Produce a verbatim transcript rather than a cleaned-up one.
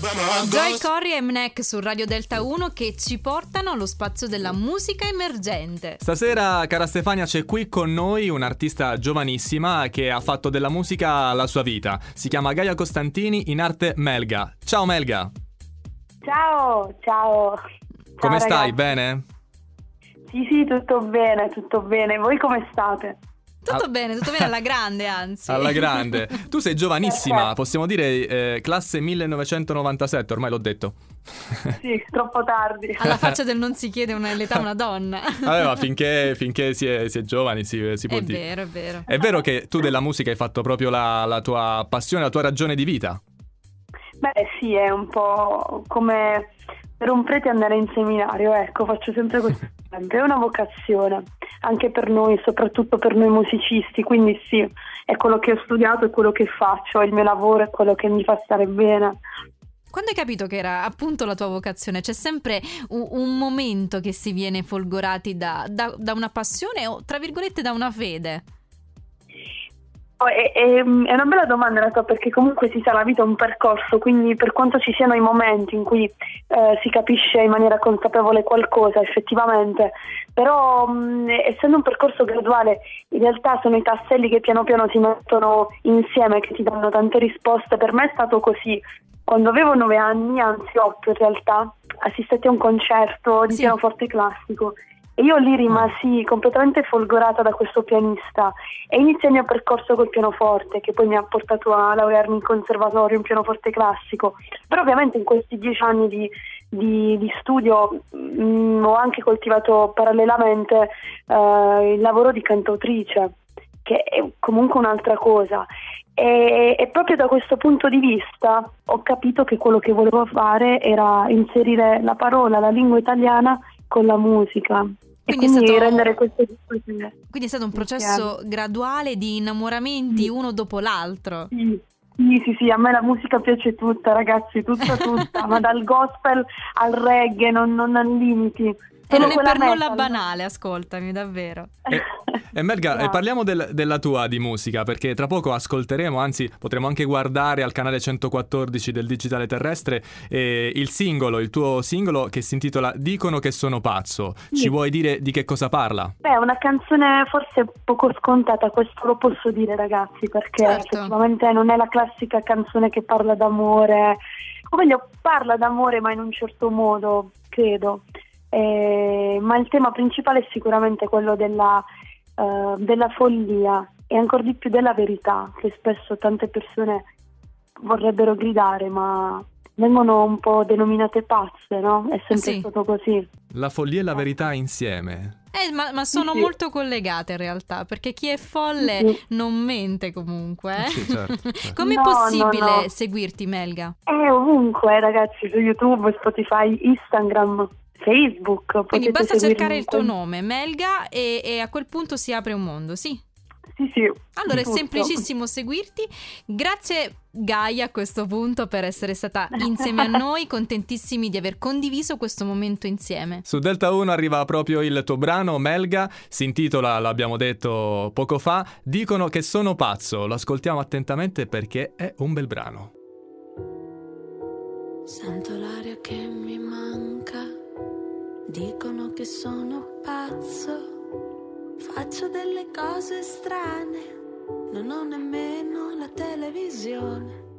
Joy Corry e Mnek su Radio Delta uno che ci portano allo spazio della musica emergente. Stasera, cara Stefania, c'è qui con noi un'artista giovanissima che ha fatto della musica la sua vita. Si chiama Gaia Costantini, in arte Melga. Ciao Melga. Ciao, ciao. Come ciao, stai? Ragazzi. Bene? Sì, sì, tutto bene, tutto bene. Voi come state? Tutto Ah. bene, tutto bene alla grande, anzi. Alla grande. Tu sei giovanissima, Perfetto. possiamo dire eh, classe millenovecentonovantasette, ormai l'ho detto. Sì, troppo tardi. Alla faccia del non si chiede una, l'età a una donna. Vabbè, ma finché, finché si, è, si è giovani si, si può È dire. vero, è vero. È vero che tu della musica hai fatto proprio la, la tua passione, la tua ragione di vita? Beh, sì, è un po' come per un prete andare in seminario, ecco, faccio sempre questo. È una vocazione, anche per noi, soprattutto per noi musicisti, quindi sì, è quello che ho studiato, è quello che faccio, è il mio lavoro, è quello che mi fa stare bene. Quando hai capito che era appunto la tua vocazione? C'è sempre un, un momento che si viene folgorati da, da, da una passione o, tra virgolette, da una fede? È, è, è una bella domanda in realtà, perché comunque si sa, la vita è un percorso, quindi per quanto ci siano i momenti in cui eh, si capisce in maniera consapevole qualcosa effettivamente, però mh, essendo un percorso graduale, in realtà sono i tasselli che piano piano si mettono insieme che ti danno tante risposte. Per me è stato così. Quando avevo nove anni, anzi otto in realtà, assistetti a un concerto di Sì. pianoforte classico. E io lì rimasi completamente folgorata da questo pianista e iniziai il mio percorso col pianoforte, che poi mi ha portato a laurearmi in conservatorio in pianoforte classico. Però ovviamente in questi dieci anni di, di, di studio mh, ho anche coltivato parallelamente eh, il lavoro di cantautrice, che è comunque un'altra cosa. E, e proprio da questo punto di vista ho capito che quello che volevo fare era inserire la parola, la lingua italiana con la musica. Quindi e è quindi stato- rendere queste due cose. Quindi è stato un processo graduale di innamoramenti uno dopo l'altro. Sì, sì, sì, sì, a me la musica piace tutta, ragazzi, tutta, tutta, ma dal gospel al reggae non, non ha limiti. E Solo non è quella per nulla metal. banale, ascoltami, davvero. E, e Melga, No. eh, parliamo del- della tua di musica, perché tra poco ascolteremo, anzi potremo anche guardare al canale centoquattordici del Digitale Terrestre eh, il singolo, il tuo singolo che si intitola Dicono che sono pazzo. Ci vuoi dire di che cosa parla? Beh, è una canzone forse poco scontata, questo lo posso dire, ragazzi, perché Certo. effettivamente non è la classica canzone che parla d'amore, o meglio parla d'amore ma in un certo modo, credo. Eh, ma il tema principale è sicuramente quello della, eh, della follia e ancora di più della verità, che spesso tante persone vorrebbero gridare, ma vengono un po' denominate pazze, no? È sempre Sì. stato così. La follia e la verità insieme. Eh, ma, ma sono Sì. molto collegate in realtà, perché chi è folle Sì. non mente comunque. eh. Sì, certo, certo. Com'è No, possibile no, no. seguirti, Melga? È ovunque, ragazzi, su YouTube, Spotify, Instagram, Facebook. Quindi potete basta seguirmi cercare il tuo in- nome, Melga, e, e a quel punto si apre un mondo, sì. Sì, sì. Allora è tutto. semplicissimo seguirti. Grazie Gaia a questo punto per essere stata insieme a noi, contentissimi di aver condiviso questo momento insieme. Su Delta uno arriva proprio il tuo brano, Melga, si intitola, l'abbiamo detto poco fa, Dicono che sono pazzo. Lo ascoltiamo attentamente perché è un bel brano. Sento l'aria che mi manca, dicono che sono pazzo, faccio delle cose strane, non ho nemmeno la televisione,